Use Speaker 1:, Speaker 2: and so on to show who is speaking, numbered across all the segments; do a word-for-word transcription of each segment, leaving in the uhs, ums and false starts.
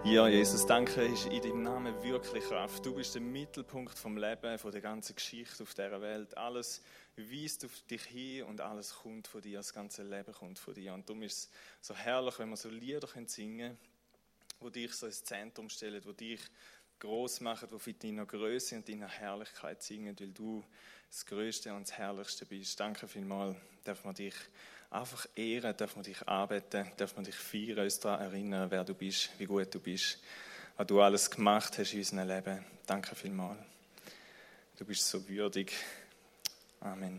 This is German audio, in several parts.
Speaker 1: Ja, Jesus, danke, ist in deinem Namen wirklich Kraft. Du bist der Mittelpunkt vom Leben, von der ganzen Geschichte auf dieser Welt. Alles weist auf dich hin und alles kommt von dir, das ganze Leben kommt von dir. Und darum ist es so herrlich, wenn wir so Lieder singen können, die dich so ins Zentrum stellen, die dich gross machen, die von deiner Größe und deiner Herrlichkeit singen, weil du das Größte und das Herrlichste bist. Danke vielmals, darf man dich einfach ehren, darf man dich anbeten, darf man dich feiern, uns daran erinnern, wer du bist, wie gut du bist, was du alles gemacht hast in unserem Leben. Danke vielmals. Du bist so würdig. Amen.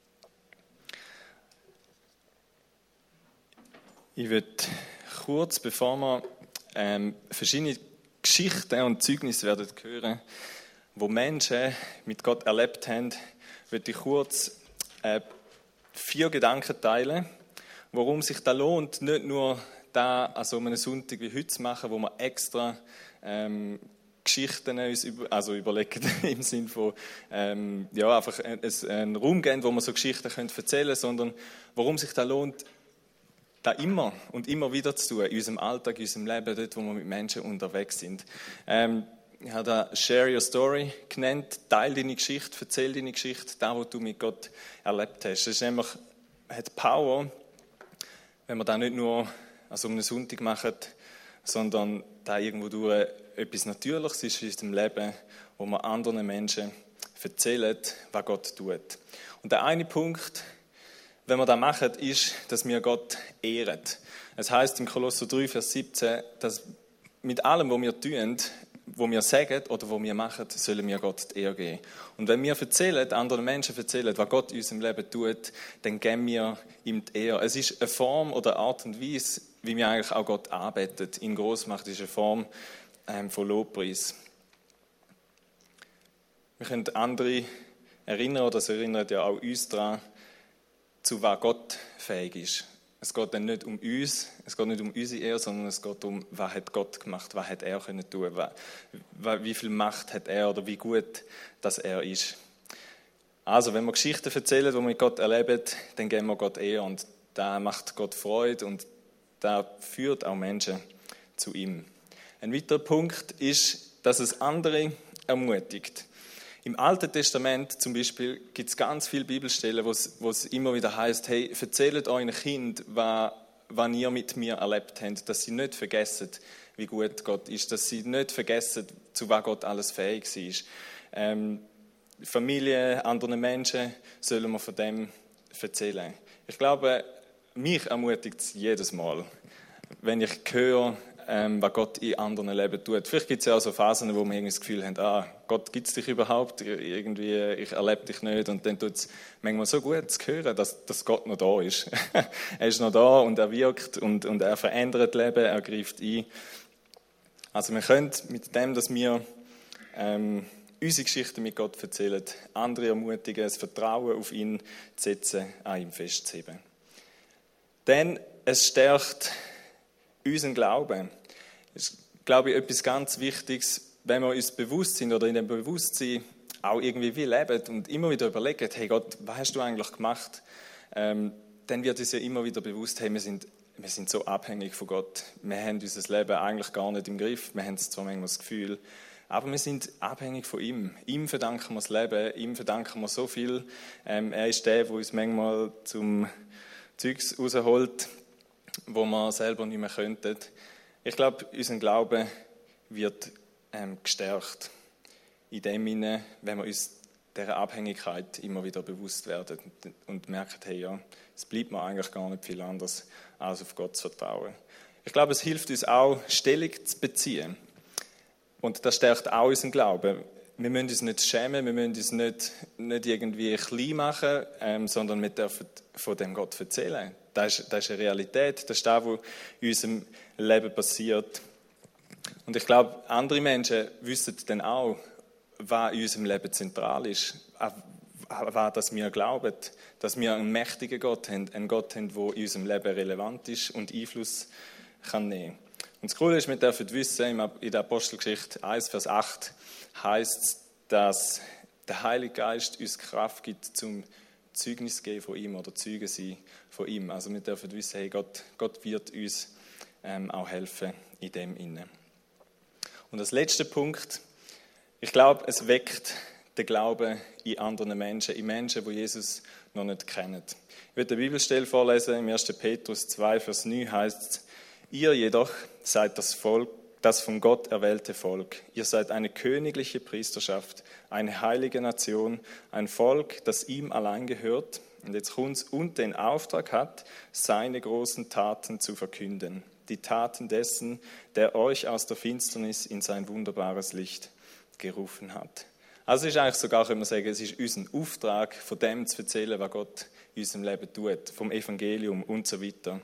Speaker 1: Ich würde kurz, bevor wir ähm, verschiedene Geschichten und Zeugnisse werden hören, wo Menschen mit Gott erlebt haben, würde ich kurz äh, vier Gedanken teilen, warum sich das lohnt, nicht nur da an so einem Sonntag wie heute zu machen, wo wir extra ähm, Geschichten uns über, also überlegen im Sinne von ähm, ja, einfach einen Raum geben, wo wir so Geschichten können erzählen können, sondern warum sich das lohnt, da immer und immer wieder zu tun, in unserem Alltag, in unserem Leben, dort, wo wir mit Menschen unterwegs sind. Ähm, ich habe da Share Your Story genannt, teile deine Geschichte, erzähl deine Geschichte, das, was du mit Gott erlebt hast. Das ist nämlich, hat Power, wenn wir das nicht nur an so einem Sonntag machen, sondern da irgendwo durch etwas Natürliches ist in unserem Leben, wo wir anderen Menschen erzählen, was Gott tut. Und der eine Punkt, wenn wir das machen, ist, dass wir Gott ehren. Es heisst im Kolosser drei, Vers siebzehn, dass mit allem, was wir tun, was wir sagen oder was wir machen, sollen wir Gott die Ehre geben. Und wenn wir erzählen, anderen Menschen erzählen, was Gott in unserem Leben tut, dann geben wir ihm die Ehre. Es ist eine Form oder eine Art und Weise, wie wir eigentlich auch Gott anbeten. In Grossmacht ist eine Form ähm, von Lobpreis. Wir können andere erinnern, oder das erinnert ja auch uns daran, zu was Gott fähig ist. Es geht dann nicht um uns, es geht nicht um unsere Ehre, sondern es geht um, was hat Gott gemacht, was hat er können tun, was, wie viel Macht hat er oder wie gut dass er ist. Also, wenn wir Geschichten erzählen, die wir mit Gott erleben, dann geben wir Gott Ehre und da macht Gott Freude und da führt auch Menschen zu ihm. Ein weiterer Punkt ist, dass es andere ermutigt. Im Alten Testament zum Beispiel gibt es ganz viele Bibelstellen, wo es, wo es immer wieder heißt: Hey, erzählt euren Kind, was, was ihr mit mir erlebt habt, dass sie nicht vergessen, wie gut Gott ist, dass sie nicht vergessen, zu was Gott alles fähig ist. Ähm, Familie, anderen Menschen sollen wir von dem erzählen. Ich glaube, mich ermutigt es jedes Mal, wenn ich höre, Ähm, was Gott in anderen Leben tut. Vielleicht gibt es ja auch so Phasen, wo wir irgendwie das Gefühl haben, ah, Gott, gibt es dich überhaupt? Irgendwie, ich erlebe dich nicht. Und dann tut es manchmal so gut zu hören, dass, dass Gott noch da ist. Er ist noch da und er wirkt und, und er verändert Leben, er greift ein. Also wir können mit dem, dass wir ähm, unsere Geschichten mit Gott erzählen, andere ermutigen, das Vertrauen auf ihn zu setzen, an ihm festzuheben. Denn es stärkt unseren Glauben. Das ist, glaube ich, etwas ganz Wichtiges, wenn wir uns bewusst sind oder in dem Bewusstsein auch irgendwie wie leben und immer wieder überlegen, hey Gott, was hast du eigentlich gemacht? Ähm, dann wird uns ja immer wieder bewusst, hey, wir sind, wir sind so abhängig von Gott. Wir haben unser Leben eigentlich gar nicht im Griff. Wir haben zwar manchmal das Gefühl, aber wir sind abhängig von ihm. Ihm verdanken wir das Leben, ihm verdanken wir so viel. Ähm, er ist der, der uns manchmal zum Zeugs rausholt, wo wir selber nicht mehr könnten. Ich glaube, unser Glaube wird ähm, gestärkt. In dem Sinne, wenn wir uns dieser Abhängigkeit immer wieder bewusst werden und merken, hey, ja, es bleibt mir eigentlich gar nicht viel anderes, als auf Gott zu vertrauen. Ich glaube, es hilft uns auch, Stellung zu beziehen. Und das stärkt auch unseren Glauben. Wir müssen uns nicht schämen, wir müssen uns nicht, nicht irgendwie klein machen, ähm, sondern wir dürfen von dem Gott erzählen. Das ist, das ist eine Realität, das ist das, was in unserem Leben passiert. Und ich glaube, andere Menschen wissen dann auch, was in unserem Leben zentral ist, was dass wir glauben, dass wir einen mächtigen Gott haben, einen Gott haben, der in unserem Leben relevant ist und Einfluss kann nehmen. Und das Coole ist, wir dürfen wissen, in der Apostelgeschichte eins, Vers acht heisst es, dass der Heilige Geist uns Kraft gibt, zum Zeugnis geben von ihm oder Zeugen sein von ihm. Also wir dürfen wissen, hey, Gott, Gott wird uns ähm, auch helfen in dem Innen. Und als letzter Punkt, ich glaube, es weckt den Glauben in anderen Menschen, in Menschen, die Jesus noch nicht kennen. Ich werde eine Bibelstelle vorlesen, im ersten Petrus zwei, Vers neun heißt es: Ihr jedoch seid das Volk, das von Gott erwählte Volk. Ihr seid eine königliche Priesterschaft, eine heilige Nation, ein Volk, das ihm allein gehört und jetzt kommt's, und den Auftrag hat, seine großen Taten zu verkünden. Die Taten dessen, der euch aus der Finsternis in sein wunderbares Licht gerufen hat. Also es ist eigentlich sogar, können wir sagen, es ist unser Auftrag, von dem zu erzählen, was Gott in unserem Leben tut, vom Evangelium und so weiter.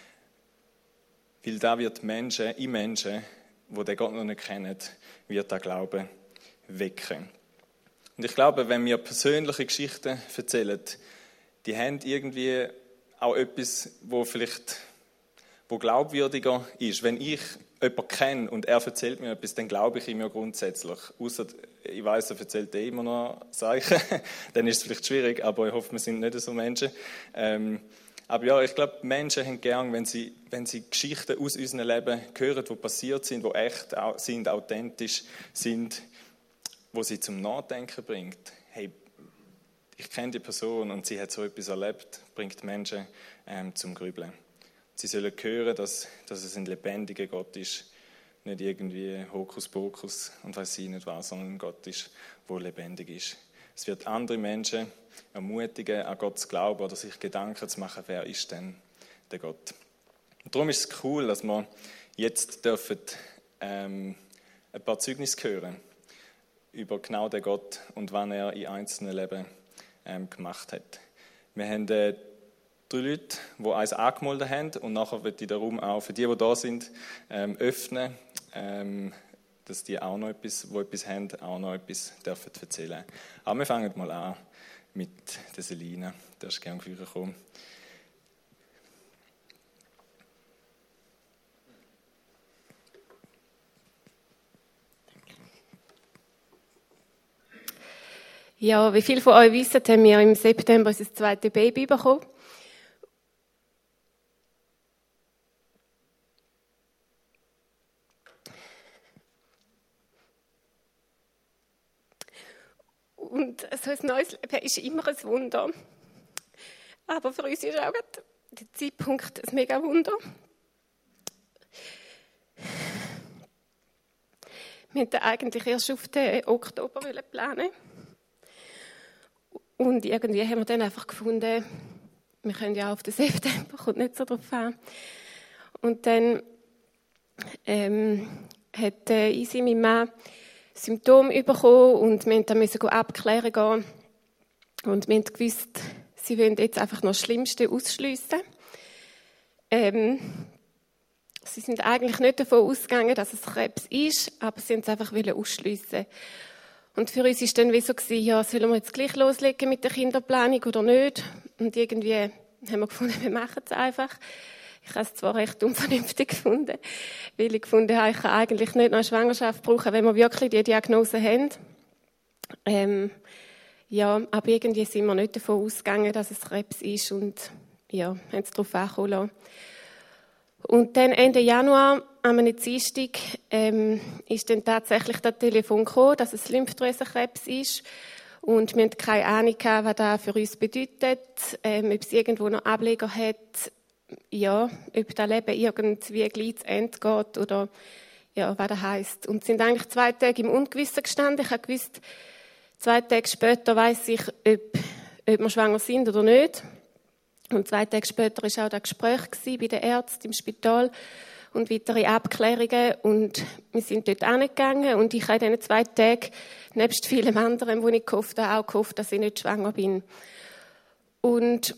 Speaker 1: Weil da wird Menschen, in Menschen, die den Gott noch nicht kennen, wird der Glaube wecken. Und ich glaube, wenn wir persönliche Geschichten erzählen, die haben irgendwie auch etwas, wo vielleicht wo glaubwürdiger ist. Wenn ich jemanden kenne und er erzählt mir etwas, dann glaube ich ihm ja grundsätzlich. Ausser ich weiss, er erzählt eh immer noch Sachen, dann ist es vielleicht schwierig, aber ich hoffe, wir sind nicht so Menschen. Ähm, aber ja, ich glaube, Menschen haben gern, wenn sie, wenn sie Geschichten aus unserem Leben hören, die passiert sind, die echt sind, authentisch sind, wo sie zum Nachdenken bringt. Hey, ich kenne die Person und sie hat so etwas erlebt, bringt Menschen ähm, zum Grübeln. Sie sollen hören, dass, dass es ein lebendiger Gott ist, nicht irgendwie Hokuspokus und weiß ich nicht was, sondern ein Gott ist, der lebendig ist. Es wird andere Menschen ermutigen, an Gott zu glauben oder sich Gedanken zu machen, wer ist denn der Gott. Und darum ist es cool, dass wir jetzt dürfen, ähm, ein paar Zeugnisse hören über genau den Gott und was er in einzelnen Leben ähm, gemacht hat. Wir haben äh, drei Leute, die eins angemeldet haben und nachher wird ich den Raum auch für die, die da sind, ähm, öffnen, ähm, dass die auch noch etwas, die etwas haben, auch noch etwas dürfen erzählen. Aber wir fangen mal an mit der Selina. Der ist gerne vorgekommen.
Speaker 2: Ja, wie viele von euch wissen, haben wir im September unser zweites Baby bekommen. Und so ein neues Leben ist immer ein Wunder. Aber für uns ist auch der Zeitpunkt ein mega Wunder. Wir wollten eigentlich erst auf den Oktober planen. Und irgendwie haben wir dann einfach gefunden, wir können ja auch auf den September, kommt nicht so drauf an. Und dann ähm, hat äh, Isi, mein Mann, Symptome bekommen und wir mussten dann abklären gehen. Und wir haben gewusst, sie wollen jetzt einfach noch das Schlimmste ausschliessen. Ähm, sie sind eigentlich nicht davon ausgegangen, dass es Krebs ist, aber sie wollten es einfach ausschliessen. Und für uns war dann wie so, ja, sollen wir jetzt gleich loslegen mit der Kinderplanung oder nicht? Und irgendwie haben wir gefunden, wir machen es einfach. Ich habe es zwar recht unvernünftig gefunden, weil ich gefunden habe, ich kann eigentlich nicht noch eine Schwangerschaft brauchen, wenn wir wirklich die Diagnose haben. Ähm, ja, aber irgendwie sind wir nicht davon ausgegangen, dass es Krebs ist und ja, haben es darauf ankommen lassen. Und dann Ende Januar, am Dienstag, ähm, ist dann tatsächlich das Telefon gekommen, dass es Lymphdrüsenkrebs ist. Und wir hatten keine Ahnung, was das für uns bedeutet, ähm, ob es irgendwo noch Ableger hat, ja, ob das Leben irgendwie gleich zu Ende geht oder ja, was das heisst. Und sind eigentlich zwei Tage im Ungewissen gestanden. Ich habe gewusst, zwei Tage später weiss ich, ob, ob wir schwanger sind oder nicht. Und zwei Tage später war auch das Gespräch bei den Ärzten im Spital und weitere Abklärungen. Und wir sind dort hingegangen und ich habe in diesen zwei Tagen, nebst vielen anderen, wo ich gehofft habe, auch gehofft, dass ich nicht schwanger bin. Und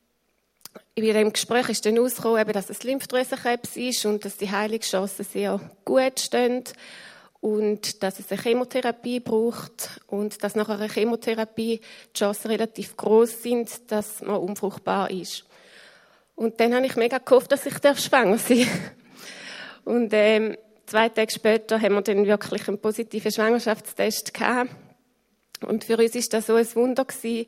Speaker 2: in diesem Gespräch ist dann herausgekommen, dass es Lymphdrüsenkrebs ist und dass die Heilungschancen sehr gut stehen und dass es eine Chemotherapie braucht und dass nach einer Chemotherapie die Chancen relativ groß sind, dass man unfruchtbar ist. Und dann habe ich mega gehofft, dass ich schwanger sein darf. Und ähm, zwei Tage später haben wir dann wirklich einen positiven Schwangerschaftstest gehabt. Und für uns war das so ein Wunder gewesen,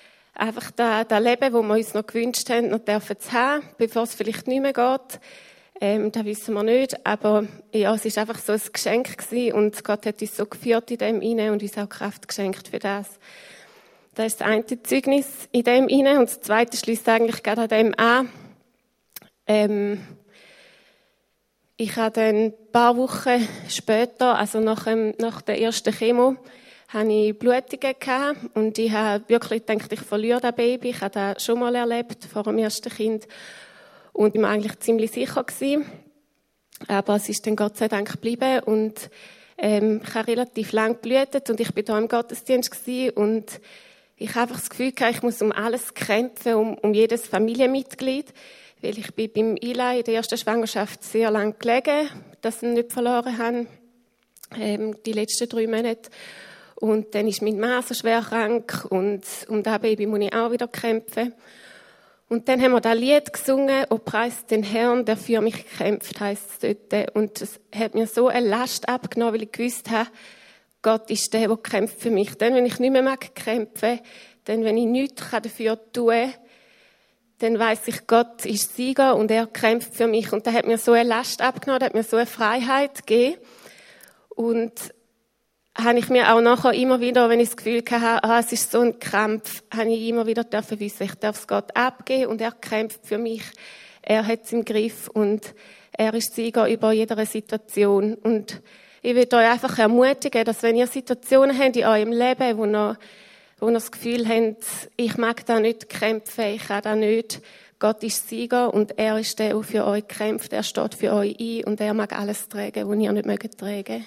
Speaker 2: einfach das, das Leben, das wir uns noch gewünscht haben, noch dürfen zu haben, bevor es vielleicht nicht mehr geht. Ähm, das wissen wir nicht, aber ja, es war einfach so ein Geschenk gewesen und Gott hat uns so geführt in dem hinein und uns auch Kraft geschenkt für das. Das ist das eine Zeugnis in dem hinein und das zweite schließt eigentlich gerade an dem an. Ähm, ich hatte dann ein paar Wochen später, also nach, dem, nach der ersten Chemo, hatte ich Blutungen gehabt und ich habe wirklich gedacht, ich verliere das Baby. Ich habe das schon mal erlebt vor dem ersten Kind und ich war eigentlich ziemlich sicher gewesen. Aber es ist dann Gott sei Dank geblieben und ähm, ich habe relativ lang geblutet und ich war da im Gottesdienst gewesen und ich habe einfach das Gefühl gehabt, ich muss um alles kämpfen, um, um jedes Familienmitglied, weil ich bin beim Eli in der ersten Schwangerschaft sehr lang gelegen, dass ich ihn nicht verloren habe, ähm, die letzten drei Monate. Und dann ist mein Mann so schwer krank und um das Baby muss ich auch wieder kämpfen. Und dann haben wir das Lied gesungen, «O preist den Herrn, der für mich kämpft», heisst es dort. Und es hat mir so eine Last abgenommen, weil ich gewusst habe, Gott ist der, der kämpft für mich. Dann, wenn ich nicht mehr mag kämpfen, dann, wenn ich nichts dafür tun kann, dann weiss ich, Gott ist Sieger und er kämpft für mich. Und das hat mir so eine Last abgenommen, das hat mir so eine Freiheit gegeben. Und habe ich mir auch nachher immer wieder, wenn ich das Gefühl hatte, ah, es ist so ein Kampf, habe ich immer wieder dürfen wissen, ich darf es Gott abgeben und er kämpft für mich. Er hat es im Griff und er ist Sieger über jede Situation. Und ich will euch einfach ermutigen, dass wenn ihr Situationen habt in eurem Leben, wo ihr, wo ihr das Gefühl habt, ich mag da nicht kämpfen, ich kann da nicht, Gott ist Sieger und er ist der, der für euch kämpft, er steht für euch ein und er mag alles tragen, was ihr nicht mögt tragen.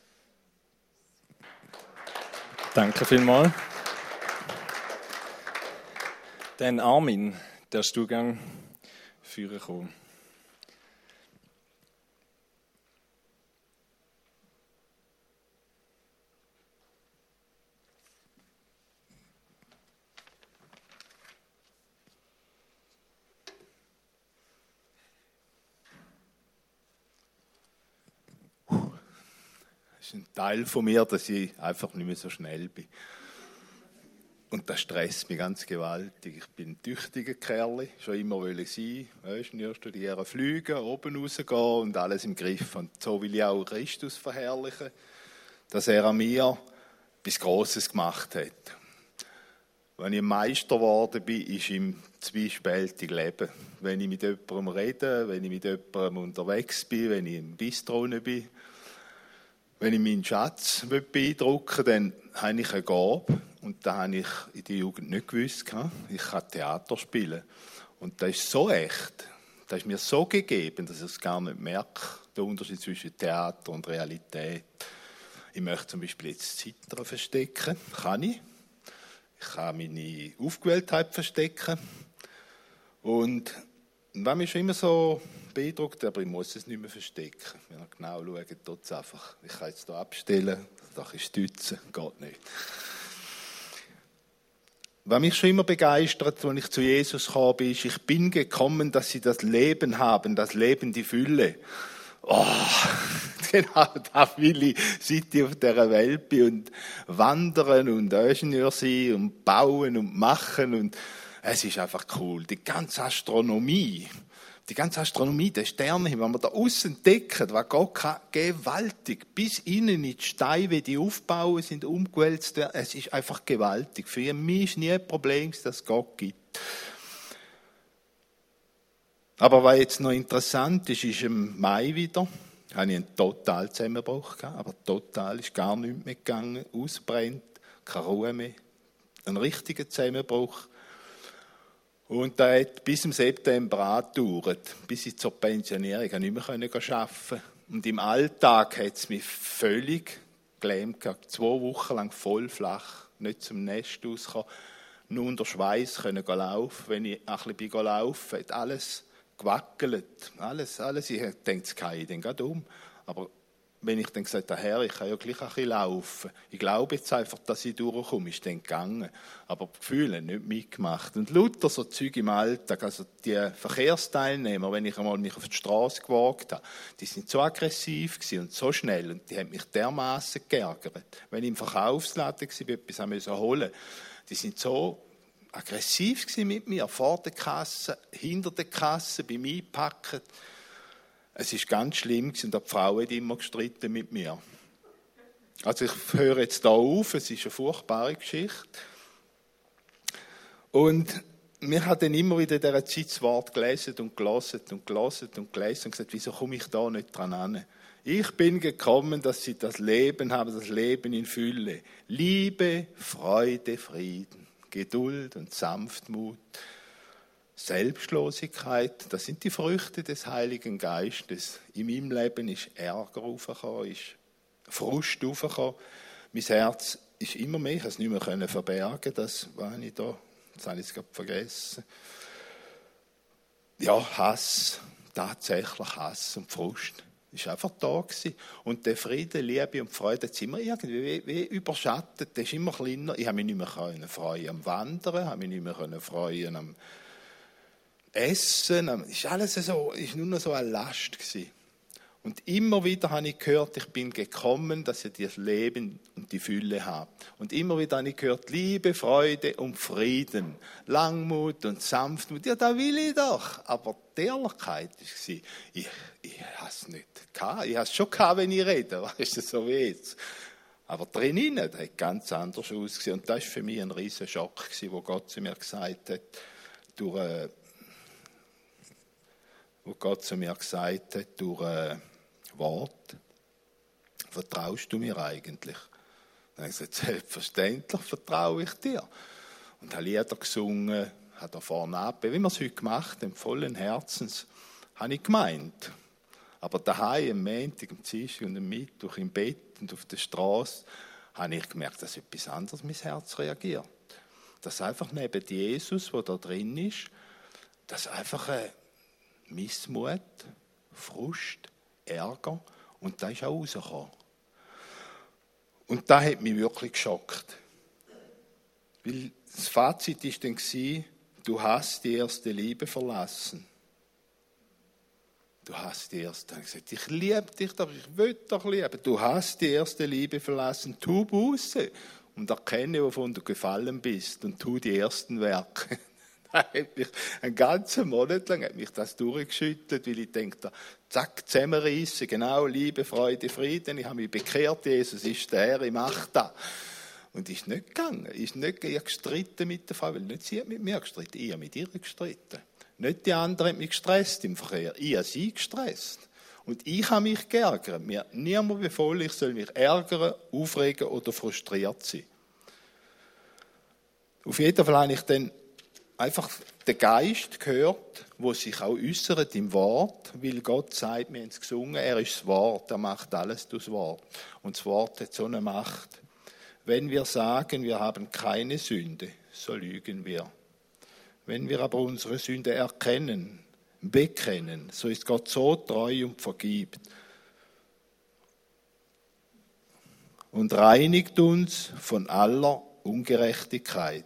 Speaker 1: Danke vielmals. Dann Armin, der Stuhlgang führen kommen.
Speaker 3: Das ist ein Teil von mir, dass ich einfach nicht mehr so schnell bin. Und das stresst mich ganz gewaltig. Ich bin ein tüchtiger Kerl, schon immer wollte sein, Ingenieur studieren, fliegen, oben rausgehen und alles im Griff. Und so will ich auch Christus verherrlichen, dass er an mir etwas Grosses gemacht hat. Wenn ich Meister geworden bin, ist im zwiespältig Leben. Wenn ich mit jemandem rede, wenn ich mit jemandem unterwegs bin, wenn ich im Bistro bin, wenn ich meinen Schatz beeindrucken will, dann habe ich eine Gabe. Und das habe ich in der Jugend nicht gewusst. Ich kann Theater spielen. Und das ist so echt. Das ist mir so gegeben, dass ich es gar nicht merke, der Unterschied zwischen Theater und Realität. Ich möchte zum Beispiel jetzt Zittern verstecken. Kann ich. Ich kann meine Aufgewähltheit verstecken. Und wenn mich schon immer so beeindruckt, aber ich muss es nicht mehr verstecken. Wenn ihr genau schaut, tut es einfach. Ich kann jetzt hier abstellen, da kann ich stützen, geht nicht. Was mich schon immer begeistert, als ich zu Jesus kam, ist, ich bin gekommen, dass sie das Leben haben, das Leben die Fülle. Oh, genau, das will ich, seit ich auf dieser Welt bin und wandern und Ingenieur sein und bauen und machen und es ist einfach cool. Die ganze Astronomie, die ganze Astronomie, der Sternenhimmel, wenn man da aussen entdeckt, was Gott kann, gewaltig. Bis innen in die Steine, wie die aufbauen sind, umgewälzt werden. Es ist einfach gewaltig. Für mich ist nie ein Problem, dass es Gott gibt. Aber was jetzt noch interessant ist, ist im Mai wieder, habe ich einen totalen Zusammenbruch gehabt, aber total ist gar nichts mehr gegangen, ausbrennt, keine Ruhe mehr. Ein richtiger Zusammenbruch. Und das hat bis im September angedauert, bis ich zur Pensionierung ich nicht mehr arbeiten. Und im Alltag hat es mich völlig gelähmt gehabt. Zwei Wochen lang voll flach, nicht zum Nest rausgekommen, nur unter Schweiß können laufen. Wenn ich ein bisschen bin laufen, hat alles gewackelt. Alles, alles. Ich denke, es geht dann gerade um. Aber wenn ich dann gesagt habe, Herr, ich kann ja gleich ein bisschen laufen. Ich glaube jetzt einfach, dass ich durchkomme, ist dann gegangen. Aber die Gefühle haben nicht mitgemacht. Und lauter so Zeug im Alltag, also die Verkehrsteilnehmer, wenn ich einmal mich auf die Straße gewagt habe, die sind so aggressiv gewesen und so schnell und die haben mich dermaßen geärgert. Wenn ich im Verkaufsladen war, etwas musste holen, die sind so aggressiv gewesen mit mir, vor der Kasse, hinter der Kasse, beim Einpacken. Es ist ganz schlimm gewesen, und die Frau hat immer gestritten mit mir. Also ich höre jetzt da auf, es ist eine furchtbare Geschichte. Und wir haben dann immer wieder in dieser Zeit das Wort gelesen und gelesen und gelesen und gelesen und gesagt, wieso komme ich da nicht dran an? Ich bin gekommen, dass sie das Leben haben, das Leben in Fülle. Liebe, Freude, Frieden, Geduld und Sanftmut, Selbstlosigkeit, das sind die Früchte des Heiligen Geistes. In meinem Leben ist Ärger aufgekommen, ist Frust aufgekommen. Mein Herz ist immer mehr, ich konnte es nicht mehr verbergen, das war ich da, jetzt habe ich es gerade vergessen. Ja, Hass, tatsächlich Hass und Frust. ist einfach da gewesen. Und der Friede, Liebe und Freude hat es immer irgendwie wie, wie überschattet. Der ist immer kleiner. Ich habe mich nicht mehr können freuen am Wandern, habe mich nicht mehr können freuen am Essen. Es ist alles so, ist nur noch so eine Last gewesen. Und immer wieder habe ich gehört, ich bin gekommen, dass ihr das Leben und die Fülle habt. Und immer wieder habe ich gehört, Liebe, Freude und Frieden, Langmut und Sanftmut. Ja, da will ich doch. Aber die Ehrlichkeit war, ich, ich habe es nicht gehabt. Ich habe es schon gehabt, wenn ich rede. Weißt du, so wie jetzt. Aber drinnen, das hat ganz anders ausgesehen. Und das war für mich ein riesen Schock, wo Gott zu mir gesagt hat, durch, äh, wo Gott zu mir gesagt hat, durch äh, Wort, vertraust du mir eigentlich? Dann habe ich gesagt, selbstverständlich vertraue ich dir. Und habe Lieder gesungen, habe da vorne ab, wie wir es heute gemacht haben, vollen Herzens, habe ich gemeint. Aber daheim, am Montag, am Dienstag und am Mittwoch im Bett und auf der Straße, habe ich gemerkt, dass etwas anderes mein Herz reagiert. Dass einfach neben Jesus, der da drin ist, dass einfach ein Missmut, Frust, Ärger, und da ist auch rausgekommen. Und das hat mich wirklich geschockt. Weil das Fazit war dann, du hast die erste Liebe verlassen. Du hast die erste, ich gesagt, ich liebe dich doch, ich will doch lieben. Du hast die erste Liebe verlassen, tu Buße und erkenne, wovon du gefallen bist und tu die ersten Werke. Hat mich einen ganzen Monat lang hat mich das durchgeschüttelt, weil ich denke, zack, zusammenreissen, genau, Liebe, Freude, Frieden. Ich habe mich bekehrt, Jesus ist der Herr, ich mache das. Und ist nicht gegangen, ist nicht, ich habe gestritten mit der Frau, weil nicht sie hat mit mir gestritten, ich habe mit ihr gestritten. Nicht die andere hat mich gestresst im Verkehr, ich habe sie gestresst. Und ich habe mich geärgert. Mir hat niemand befohlen, ich soll mich ärgern, aufregen oder frustriert sein. Auf jeden Fall habe ich dann einfach den Geist gehört, der sich auch äußert im Wort, weil Gott sagt, wir haben es gesungen, er ist das Wort, er macht alles durch das Wort. Und das Wort hat so eine Macht. Wenn wir sagen, wir haben keine Sünde, so lügen wir. Wenn wir aber unsere Sünde erkennen, bekennen, so ist Gott so treu und vergibt. Und reinigt uns von aller Ungerechtigkeit.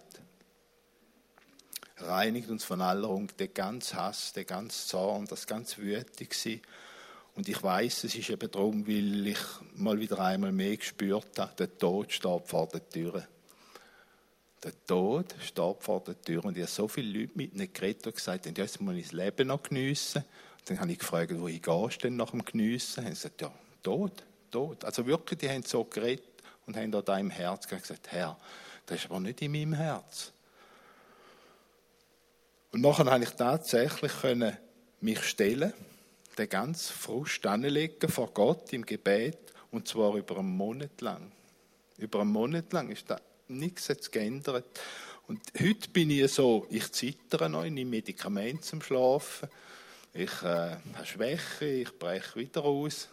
Speaker 3: Reinigt uns von aller Ungerechtigkeit, der ganze Hass, der ganze Zorn, das ganz wütig war. Und ich weiss, es ist eben darum, weil ich mal wieder einmal mehr gespürt habe, der Tod steht vor der Tür. Der Tod steht vor der Tür. Und ich habe so viele Leute mit ihnen geredet und gesagt, ja, jetzt muss ich das Leben noch geniessen. Und dann habe ich gefragt, wohin gehst du denn nach dem Geniessen? Und sie gesagt, ja, Tod, Tod. Also wirklich, die haben so geredet und haben da im Herz gesagt, Herr, das ist aber nicht in meinem Herz. Und nachher konnte ich tatsächlich mich stellen, den ganzen Frust anlegen vor Gott im Gebet, und zwar über einen Monat lang. Über einen Monat lang ist da nichts jetzt geändert. Und heute bin ich so, ich zittere noch, ich nehme Medikamente zum Schlafen, ich äh, habe Schwäche, ich breche wieder aus.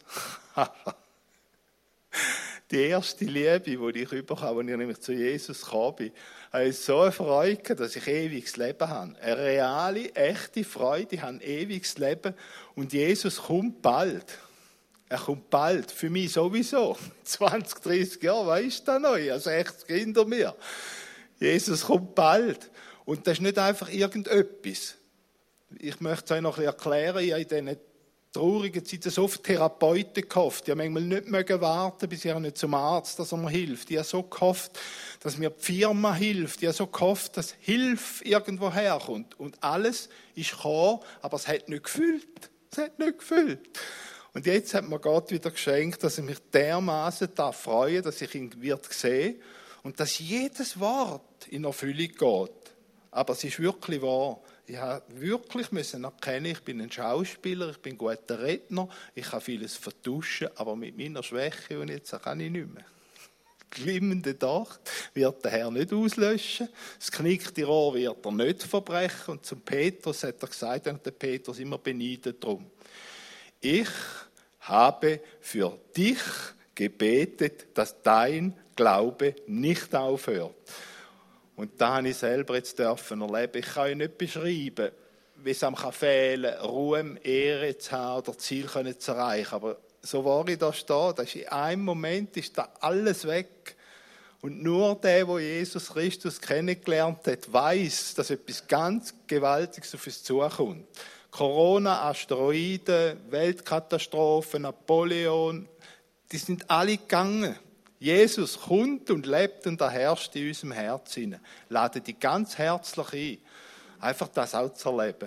Speaker 3: Die erste Liebe, die ich überkam, als ich nämlich zu Jesus kam, habe ich so eine Freude gehabt, dass ich ewiges Leben habe. Eine reale, echte Freude, ich habe ein ewiges Leben. Und Jesus kommt bald. Er kommt bald. Für mich sowieso. zwanzig, dreißig Jahre, weisst du noch? Ich habe sechzig hinter mir. Jesus kommt bald. Und das ist nicht einfach irgendetwas. Ich möchte es euch noch ein bisschen erklären. Ich habe in diesen traurigen Zeiten so viele Therapeuten gehofft. Ich habe manchmal nicht mögen warten, bis ich nicht zum Arzt, dass er mir hilft. Ich habe so gehofft, dass mir die Firma hilft. Ich habe so gehofft, dass Hilfe irgendwo herkommt. Und alles ist gekommen, aber es hat nicht gefüllt. Es hat nicht gefüllt. Und jetzt hat mir Gott wieder geschenkt, dass ich mich dermaßen freuen darf, dass ich ihn wird sehen und dass jedes Wort in Erfüllung geht. Aber es ist wirklich wahr. Ich musste wirklich müssen erkennen, ich bin ein Schauspieler, ich bin ein guter Redner, ich kann vieles vertuschen, aber mit meiner Schwäche und jetzt kann ich nicht mehr. Glimmende Docht wird der Herr nicht auslöschen, das knickte Rohr wird er nicht verbrechen. Und zum Petrus hat er gesagt, und der Petrus immer beneidet drum. Ich habe für dich gebetet, dass dein Glaube nicht aufhört. Und da habe ich selber jetzt dürfen erleben. Ich kann euch nicht beschreiben, wie es einem fehlen kann, Ruhm, Ehre zu haben oder Ziel zu erreichen. Aber so war ich da stehe, das ist in einem Moment ist da alles weg. Und nur der, der Jesus Christus kennengelernt hat, weiß, dass etwas ganz Gewaltiges auf uns zukommt. Corona, Asteroiden, Weltkatastrophen, Napoleon, die sind alle gegangen. Jesus kommt und lebt und er herrscht in unserem Herz hinein. Lade dich ganz herzlich ein, einfach das auch zu erleben.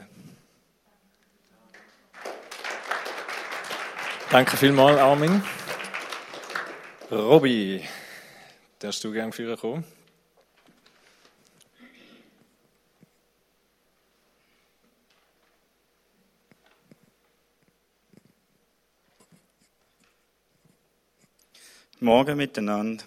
Speaker 1: Danke vielmals, Armin. Robby, darfst du gerne führen kommen?
Speaker 4: Morgen miteinander.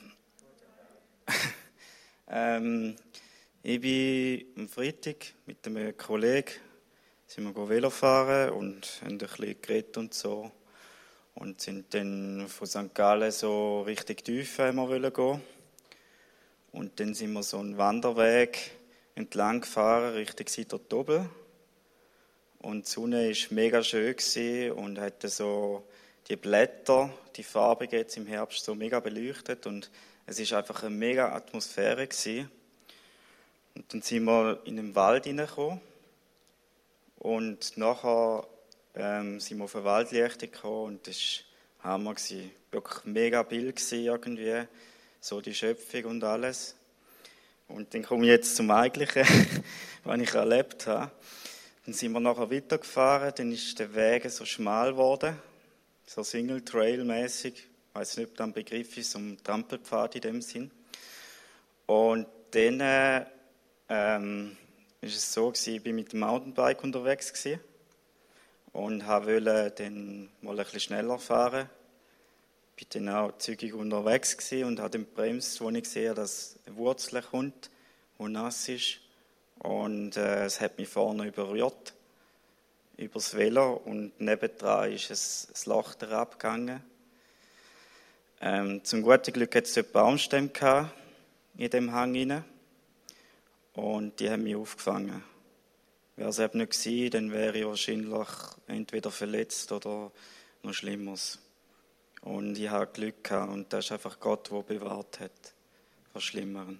Speaker 4: ähm, ich bin am Freitag mit einem Kollegen sind wir Velo fahren und haben ein bisschen geredet und so. Und sind dann von Sankt Gallen so richtig tief wir gehen. Und dann sind wir so einen Wanderweg entlang gefahren, Richtung Sidertobel. Und die Sonne war mega schön und hatte so die Blätter, die Farbe jetzt im Herbst so mega beleuchtet und es ist einfach eine mega Atmosphäre gewesen. Und dann sind wir in den Wald hineingekommen und nachher ähm, sind wir auf eine Waldlichtung gekommen und das war Hammer gewesen. Wirklich mega Bild gewesen irgendwie, so die Schöpfung und alles. Und dann komme ich jetzt zum Eigentlichen, was ich erlebt habe. Dann sind wir nachher weitergefahren, dann ist der Weg so schmal geworden. So Single-Trail-mäßig, ich weiß nicht, ob das ein Begriff ist, so ein Trampelpfad in dem Sinn. Und dann ähm, ist es so gewesen, ich bin mit dem Mountainbike unterwegs gewesen und wollte dann mal ein bisschen schneller fahren. Ich bin dann auch zügig unterwegs gewesen und habe dann gebremst, als ich gesehen habe, dass eine Wurzel kommt, die nass ist. Und äh, es hat mich vorne überrührt. Übers Velo und nebendran ist es, das Loch herabgegangen. Ähm, zum guten Glück hat es dort Baumstämme gehabt, in dem Hang rein. Und die haben mich aufgefangen. Wäre es eben nicht gewesen, dann wäre ich wahrscheinlich entweder verletzt oder noch Schlimmeres. Und ich habe Glück gehabt und das ist einfach Gott, der bewahrt hat vor Schlimmeren.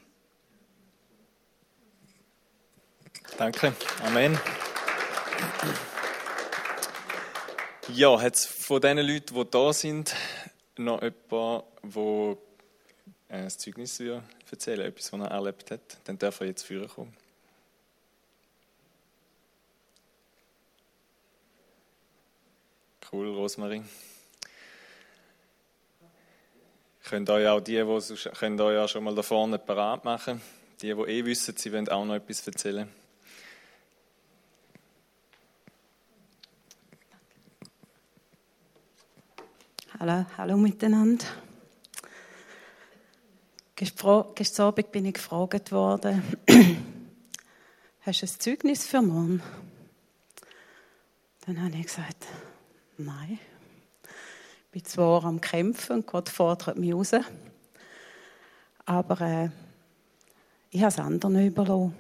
Speaker 1: Danke. Amen. Ja, hat es von den Leuten, die da sind, noch jemanden, der ein Zeugnis erzählen will, etwas, was er erlebt hat? Dann darf er jetzt führen kommen. Cool, Rosmarie. Könnt euch auch die, die könnt euch auch schon mal da vorne parat machen. Die, die eh wissen, sie wollen auch noch etwas erzählen.
Speaker 5: Hallo, hallo miteinander. Gestern Abend bin ich gefragt worden, hast du ein Zeugnis für morgen? Dann habe ich gesagt, nein. Ich bin zwar am Kämpfen und Gott fordert mich raus, aber äh, ich habe es anderen überlassen.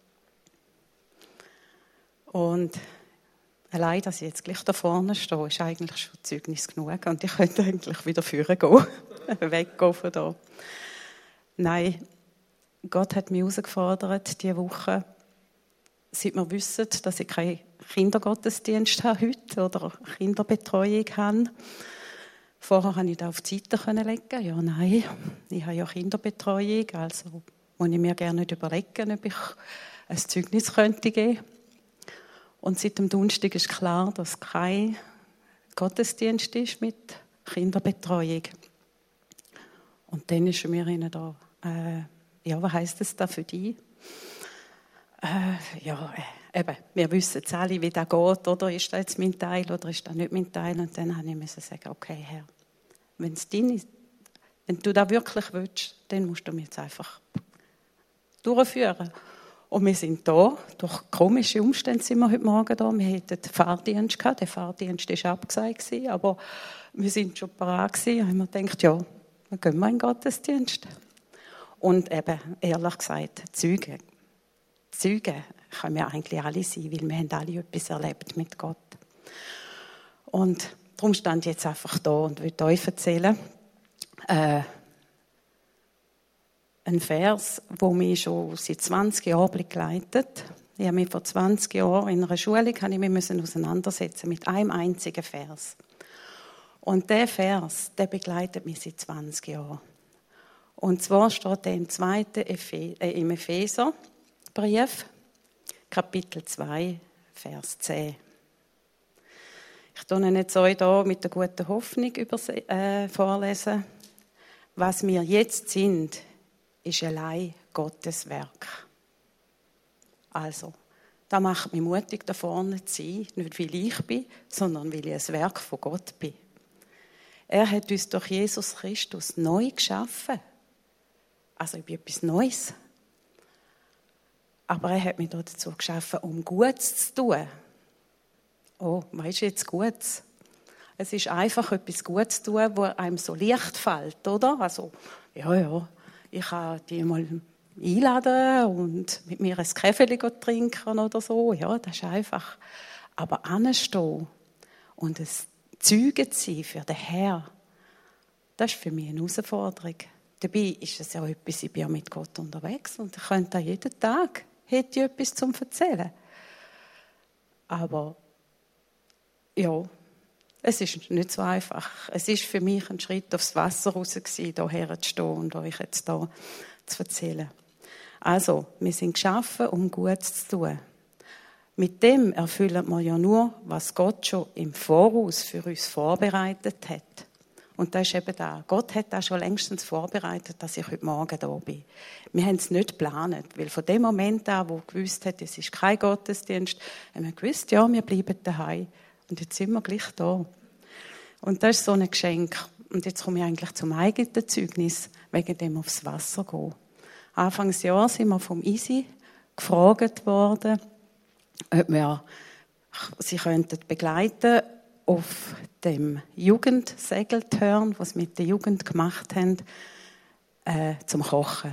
Speaker 5: Und allein, dass ich jetzt gleich da vorne stehe, ist eigentlich schon Zeugnis genug. Und ich könnte eigentlich wieder führen gehen, weggehen von da. Nein, Gott hat mich herausgefordert, diese Woche, seit wir wissen, dass ich keinen Kindergottesdienst habe heute oder Kinderbetreuung habe. Vorher konnte ich da auf die Seite legen. Ja, nein, ich habe ja Kinderbetreuung, also muss ich mir gerne nicht überlegen, ob ich ein Zeugnis könnte geben. Und seit dem Donnerstag ist klar, dass keine Gottesdienst ist mit Kinderbetreuung. Und dann ist mir ihnen da, äh, ja, was heisst das da für dich? Äh, ja, äh, eben, wir wissen jetzt alle, wie das geht, oder ist das jetzt mein Teil oder ist das nicht mein Teil? Und dann musste ich sagen, okay, Herr, wenn's deine, wenn du das wirklich willst, dann musst du mich jetzt einfach durchführen. Und wir sind da, durch komische Umstände sind wir heute Morgen da. Wir hatten den Fahrdienst gehabt, der Fahrdienst war abgesagt, aber wir sind schon parat gewesen. Und haben wir gedacht, ja, dann gehen wir in den Gottesdienst. Und eben, ehrlich gesagt, Zeugen. Zeugen können wir eigentlich alle sein, weil wir haben alle etwas erlebt mit Gott. Und darum stand ich jetzt einfach da und will euch erzählen, äh, ein Vers, der mich schon seit zwanzig Jahren begleitet. Ich habe mich vor zwanzig Jahren in einer Schule ich mich auseinandersetzen mit einem einzigen Vers. Und dieser Vers, der begleitet mich seit zwanzig Jahren. Und zwar steht er im zweiten Ephe- äh, im Epheserbrief, Kapitel zwei, Vers zehn. Ich tue Ihnen jetzt euch hier mit der guten Hoffnung überse- äh, vorlesen. Was wir jetzt sind, ist allein Gottes Werk. Also, da macht mich mutig, da vorne zu sein, nicht weil ich bin, sondern weil ich ein Werk von Gott bin. Er hat uns durch Jesus Christus neu geschaffen. Also ich bin etwas Neues. Aber er hat mich dazu geschaffen, um Gutes zu tun. Oh, was ist jetzt Gutes? Es ist einfach etwas Gutes zu tun, wo einem so leicht fällt, oder? Also, ja, ja. Ich kann die mal einladen und mit mir ein Kaffee trinken oder so. Ja, das ist einfach. Aber anstehen und ein Zeuge zu sein für den Herrn, das ist für mich eine Herausforderung. Dabei ist es ja etwas, ich bin ja mit Gott unterwegs und ich könnte auch jeden Tag hätte ich etwas zum Erzählen. Aber ja, es ist nicht so einfach. Es ist für mich ein Schritt aufs Wasser raus gewesen, hierher zu stehen und euch jetzt hier zu erzählen. Also, wir sind geschaffen, um Gutes zu tun. Mit dem erfüllen wir ja nur, was Gott schon im Voraus für uns vorbereitet hat. Und das ist eben da. Gott hat das schon längstens vorbereitet, dass ich heute Morgen da bin. Wir haben es nicht geplant, weil von dem Moment an, wo wir gewusst haben, es ist kein Gottesdienst, haben wir gewusst, ja, wir bleiben daheim. Und jetzt sind wir gleich da. Und das ist so ein Geschenk. Und jetzt komme ich eigentlich zum eigenen Zeugnis, wegen dem aufs Wasser gehen. Anfangsjahr sind wir vom Isi gefragt worden, ob wir sie könnten begleiten auf dem Jugendsegeltörn, was wir mit der Jugend gemacht haben, äh, zum Kochen.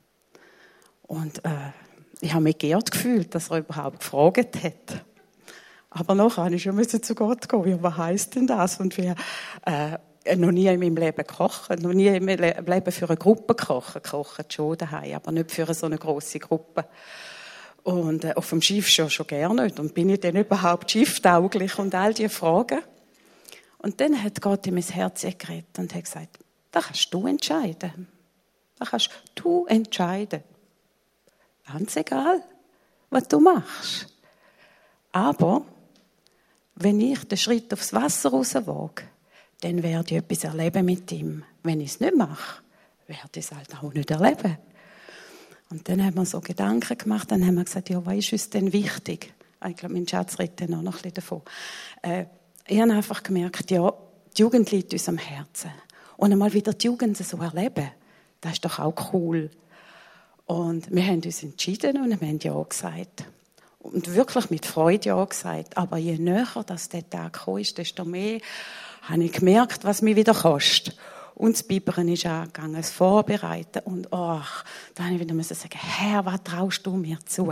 Speaker 5: Und äh, ich habe mich geehrt gefühlt, dass er überhaupt gefragt hat. Aber nachher musste ich schon zu Gott gehen. Wie, was heisst denn das? Und wie, äh, noch nie in meinem Leben gekocht, noch nie in meinem Leben für eine Gruppe gekocht. Gekocht schon daheim, aber nicht für so eine grosse Gruppe. Und äh, auf dem Schiff schon, schon gerne nicht. Und bin ich denn überhaupt schifftauglich? Und all diese Fragen. Und dann hat Gott in mein Herz geredet und hat gesagt, das kannst du entscheiden. Das kannst du entscheiden. Ganz egal, was du machst. Aber wenn ich den Schritt aufs Wasser rauswage, dann werde ich etwas erleben mit ihm. Wenn ich es nicht mache, werde ich es halt auch nicht erleben. Und dann haben wir so Gedanken gemacht, dann haben wir gesagt, ja, was ist uns denn wichtig? Ich glaube, mein Schatz redet dann auch noch ein bisschen davon. Äh, ich habe einfach gemerkt, ja, die Jugend liegt uns am Herzen. Und einmal wieder die Jugend so erleben, das ist doch auch cool. Und wir haben uns entschieden und wir haben ja gesagt. Und wirklich mit Freude ja gesagt. Aber je näher dass der Tag gekommen ist, desto mehr habe ich gemerkt, was mich wieder kostet. Und das Bibern ist angegangen, das Vorbereiten. Und oh, da habe ich wieder müssen sagen, Herr, was traust du mir zu?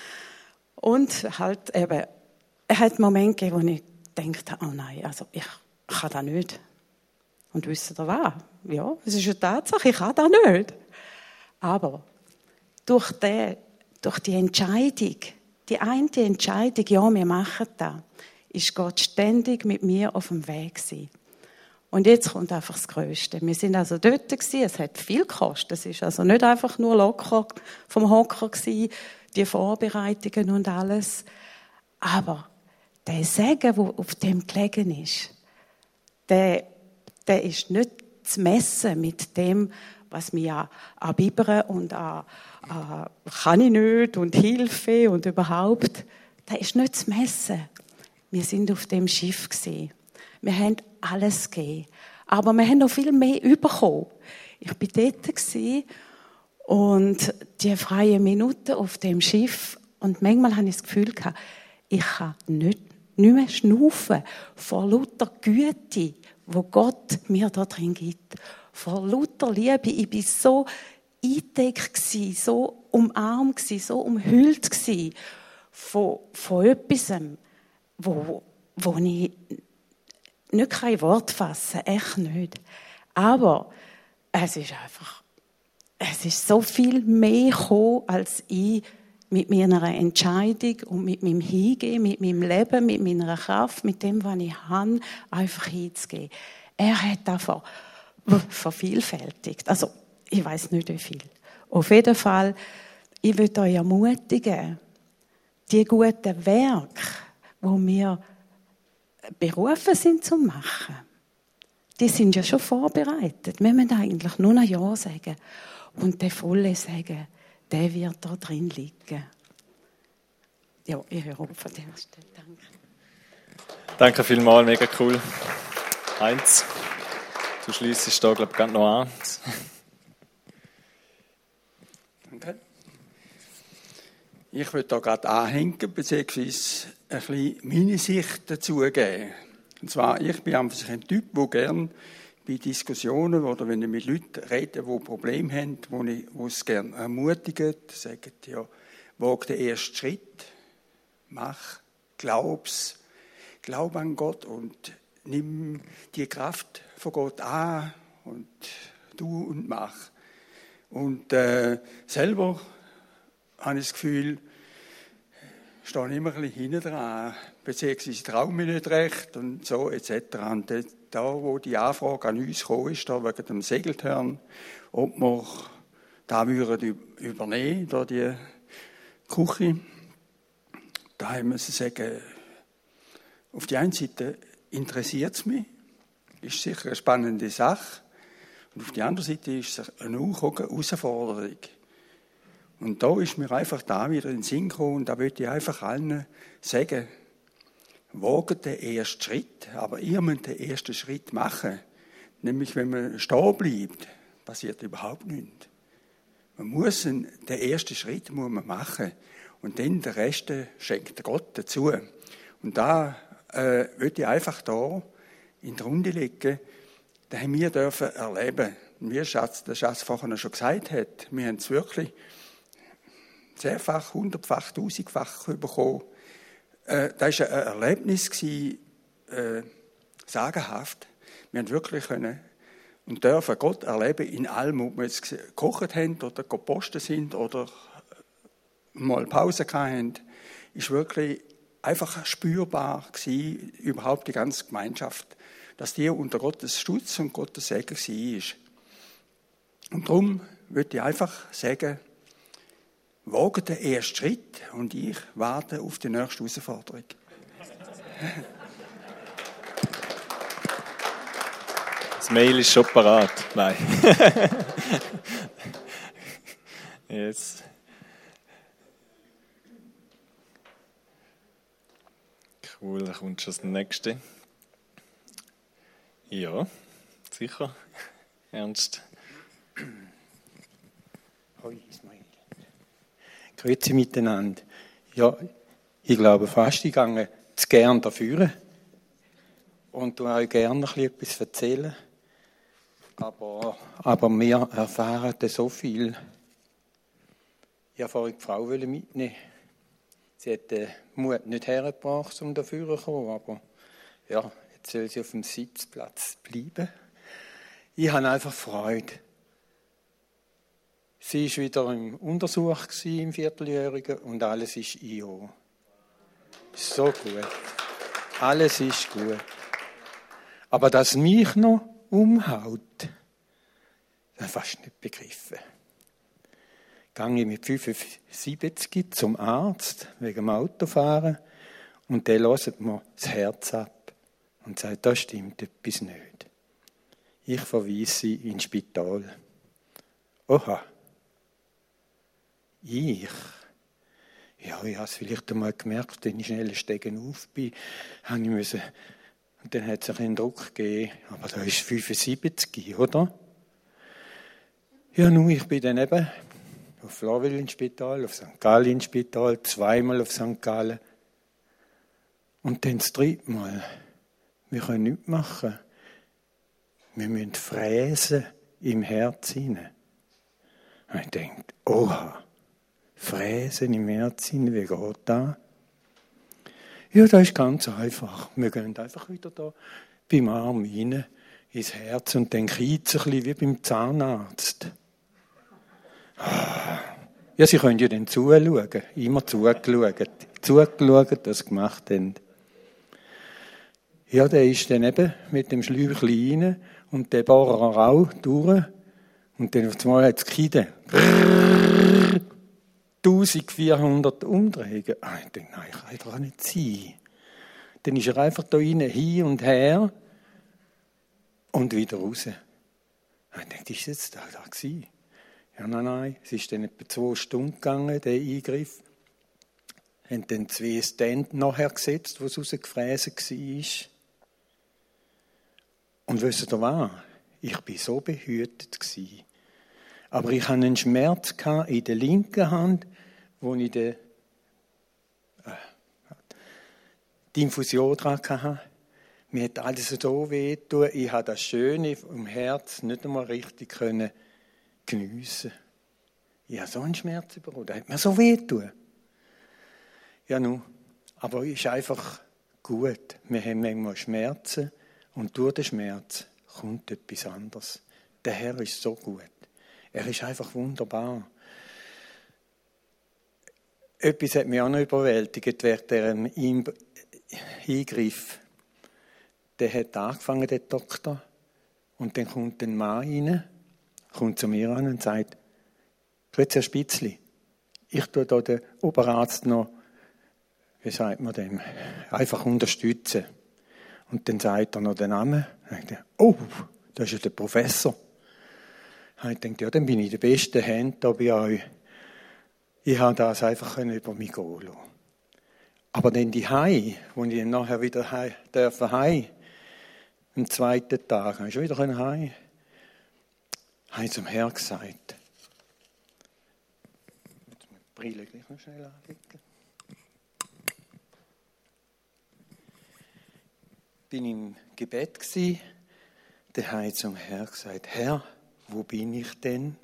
Speaker 5: Und halt eben, es hat Momente gegeben, wo ich gedacht habe, oh nein, also ich kann das nicht. Und wisst ihr was? Ja, es ist eine Tatsache, ich kann das nicht. Aber durch die, durch die Entscheidung, die eine Entscheidung, ja, wir machen das, ist Gott ständig mit mir auf dem Weg gewesen. Und jetzt kommt einfach das Größte. Wir sind also dort gewesen, es hat viel gekostet. Es ist also nicht einfach nur locker vom Hocker gewesen, die Vorbereitungen und alles. Aber der Segen, der auf dem gelegen ist, der, der ist nicht zu messen mit dem, was wir an, an Bibern und an, an kann ich nicht und Hilfe und überhaupt, das ist nicht zu messen. Wir sind auf dem Schiff gewesen. Wir haben alles gegeben. Aber wir haben noch viel mehr bekommen. Ich war dort gewesen und die freien Minuten auf dem Schiff. Und manchmal habe ich das Gefühl gehabt, ich kann nicht, nicht mehr schnaufen vor lauter Güte, wo Gott mir da drin gibt. Vor lauter Liebe. Ich war so eingedeckt, so umarmt, so umhüllt von, von etwas, wo, wo ich nicht kein Wort fassen kann. Echt nicht. Aber es ist einfach, es ist so viel mehr gekommen, als ich mit meiner Entscheidung und mit meinem Hingehen, mit meinem Leben, mit meiner Kraft, mit dem, was ich habe, einfach hinzugehen. Er hat einfach vervielfältigt. Also, ich weiß nicht, wie viel. Auf jeden Fall, ich will euch ermutigen, die guten Werke, die wir berufen sind zu machen, die sind ja schon vorbereitet. Wir müssen eigentlich nur ein Ja sagen. Und der volle sagen, der wird da drin liegen. Ja, ich höre auf an dieser Stelle. Danke.
Speaker 1: Danke vielmals, mega cool. Heinz, du schliessest da, glaube ich, gerade noch an.
Speaker 6: Danke. Ich würde da gerade anhängen, beziehungsweise ein bisschen meine Sicht dazu geben. Und zwar, ich bin einfach ein Typ, der gerne bei Diskussionen oder wenn ich mit Leuten rede, die Probleme haben, wo ich wo es gerne ermutigt, sagen, ja, wag den ersten Schritt, mach, glaub's, glaub an Gott und nimm die Kraft von Gott an und du und mach. Und äh, selber habe ich das Gefühl, stehe ich immer ein bisschen hinten dran, beziehungsweise traue mich nicht recht und so et cetera. Und da, wo die Anfrage an uns gekommen ist, da wegen dem Segeltörn, ob wir da würden übernehmen, da die Küche, da haben wir sagen, auf die einen Seite interessiert es mich, ist sicher eine spannende Sache, und auf die andere Seite ist es eine Herausforderung. Und da ist mir einfach da wieder in den Sinn gekommen, und da würde ich einfach allen sagen, wagt den ersten Schritt, aber ihr müsst den ersten Schritt machen. Nämlich, wenn man stehen bleibt, passiert überhaupt nichts. Man muss den ersten Schritt muss man machen und dann den Rest schenkt Gott dazu. Und da äh, würde ich einfach da in die Runde legen, da haben wir dürfen erleben. Und wie Schatz, der Schatz vorhin schon gesagt hat, wir haben es wirklich zehnfach, hundertfach, tausendfach bekommen. Äh, das war ein Erlebnis, äh, sagenhaft. Wir haben wirklich können und dürfen Gott erleben in allem, ob wir jetzt gekocht haben oder gepostet sind oder mal Pause hatten, ist wirklich einfach spürbar gewesen, überhaupt die ganze Gemeinschaft, dass die unter Gottes Schutz und Gottes Segen war. Und darum würde ich einfach sagen, wage den ersten Schritt und ich warte auf die nächste Herausforderung.
Speaker 1: Das Mail ist schon parat. Nein. Yes. Cool, da kommt schon das nächste. Ja, sicher. Ernst.
Speaker 7: Hoi, Ismail. Grüezi miteinander. Ja, ich glaube fast, ich gehe zu gern dafür und tu euch gerne noch etwas erzählen. Aber, aber wir erfahren da so viel. Ich wollte vorhin die Frau mitnehmen. Sie hat den Mut nicht hergebracht, um dafür zu kommen, aber ja, jetzt soll sie auf dem Sitzplatz bleiben. Ich habe einfach Freude. Sie war wieder im Untersuch im Vierteljährigen und alles ist I O. So gut. Alles ist gut. Aber dass mich noch umhaut, das habe ich fast nicht begriffen. Gehe ich mit fünfundsiebzig zum Arzt wegen dem Autofahren und der hört mir das Herz ab. und sagt, da stimmt etwas nicht. Ich verweise sie ins Spital. Oha. Ich? Ja, ich habe es vielleicht einmal gemerkt, wenn ich schnell Stegen auf bin, habe ich müssen, und dann hat es einen Druck gegeben, aber da ist fünfundsiebzig, oder? Ja, nun, ich bin dann eben auf Florwil ins Spital, auf Sankt Gallen ins Spital, zweimal auf Sankt Gallen. Und dann das dritte Mal. Wir können nichts machen. Wir müssen fräsen im Herz hinein. Und ich denke, oha, fräsen im Herz hinein, wie geht das? Ja, das ist ganz einfach. Wir gehen einfach wieder da beim Arm rein ins Herz und dann kiezt es ein bisschen wie beim Zahnarzt. Ja, Sie können ja dann zuschauen, immer zugeschaut, zugeschaut, das gemacht haben. Ja, der ist dann eben mit dem Schläuchchen rein und der Bohrer auch durch. Und dann auf einmal hat es gekippt. eintausendvierhundert Umdrehungen. Ah, ich denke, nein, kann doch nicht sein. Dann ist er einfach da rein, hin und her und wieder raus. Ich denke, ist jetzt da, da gewesen? Ja, nein, nein, es ist dann etwa zwei Stunden gegangen, der Eingriff. Haben dann zwei Stände nachher gesetzt, wo es rausgefräsen war. Und wisst ihr was? Ich war so behütet. Aber ich hatte einen Schmerz in der linken Hand, wo ich die, äh, die Infusion dran hatte. Mir hat alles so weh getan. Ich konnte das Schöne im Herz nicht einmal richtig können geniessen. Ich habe so einen Schmerz bekommen. Das hat mir so weh getan. Ja, nun. Aber es ist einfach gut. Wir haben manchmal Schmerzen und durch den Schmerz kommt etwas anderes. Der Herr ist so gut. Er ist einfach wunderbar. Etwas hat mich auch noch überwältigt während diesem Eingriff. Der hat angefangen, der Doktor, und dann kommt ein Mann rein, kommt zu mir an und sagt, grüezi Herr Spitzli, ich tue da den Oberarzt noch, wie sagt man dem, einfach unterstützen. Und dann sagt er noch den Namen. Und ich denke, oh, das ist ja der Professor. Und ich denke, ja, dann bin ich in den besten Händen da bei euch. Ich habe das einfach über mich gehen lassen. Aber dann die Hei, wo ich dann nachher wieder heim dürfen heim, am zweiten Tag, habe ich schon wieder heim, habe ich zum Herrn gesagt, jetzt muss die Brille gleich noch schnell anlegen. Bin im Gebet gsi, dann habe ich zum Herrn gesagt, Herr, wo bin ich denn?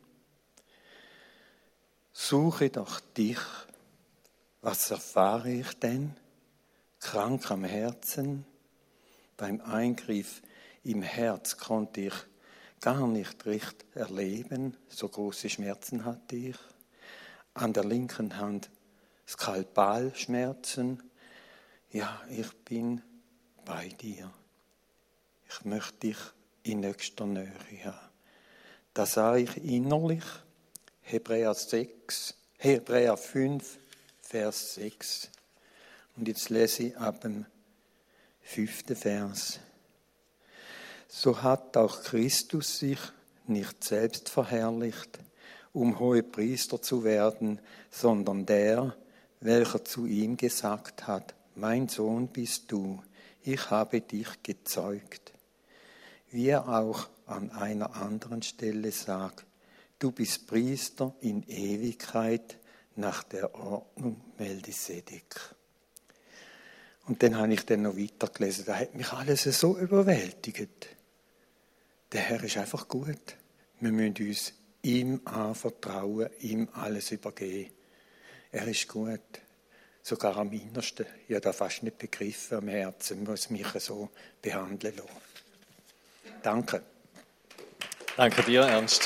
Speaker 7: Suche doch dich. Was erfahre ich denn? Krank am Herzen. Beim Eingriff im Herz konnte ich gar nicht recht erleben. So große Schmerzen hatte ich. An der linken Hand Skalpalschmerzen. Ja, ich bin bei dir. Ich möchte dich in nächster Nähe haben. Da sah ich innerlich Hebräer sechs, Hebräer fünf, Vers sechs. Und jetzt lese ich ab dem fünften Vers. So hat auch Christus sich nicht selbst verherrlicht, um Hohepriester zu werden, sondern der, welcher zu ihm gesagt hat, mein Sohn bist du, ich habe dich gezeugt. Wie er auch an einer anderen Stelle sagt, du bist Priester in Ewigkeit nach der Ordnung Melchisedek. Und dann habe ich dann noch weitergelesen. Da hat mich alles so überwältigt. Der Herr ist einfach gut. Wir müssen uns ihm anvertrauen, ihm alles übergeben. Er ist gut. Sogar am Innersten. Ich habe das fast nicht begriffen am Herzen, muss mich so behandeln lassen. Danke.
Speaker 1: Danke dir, Ernst.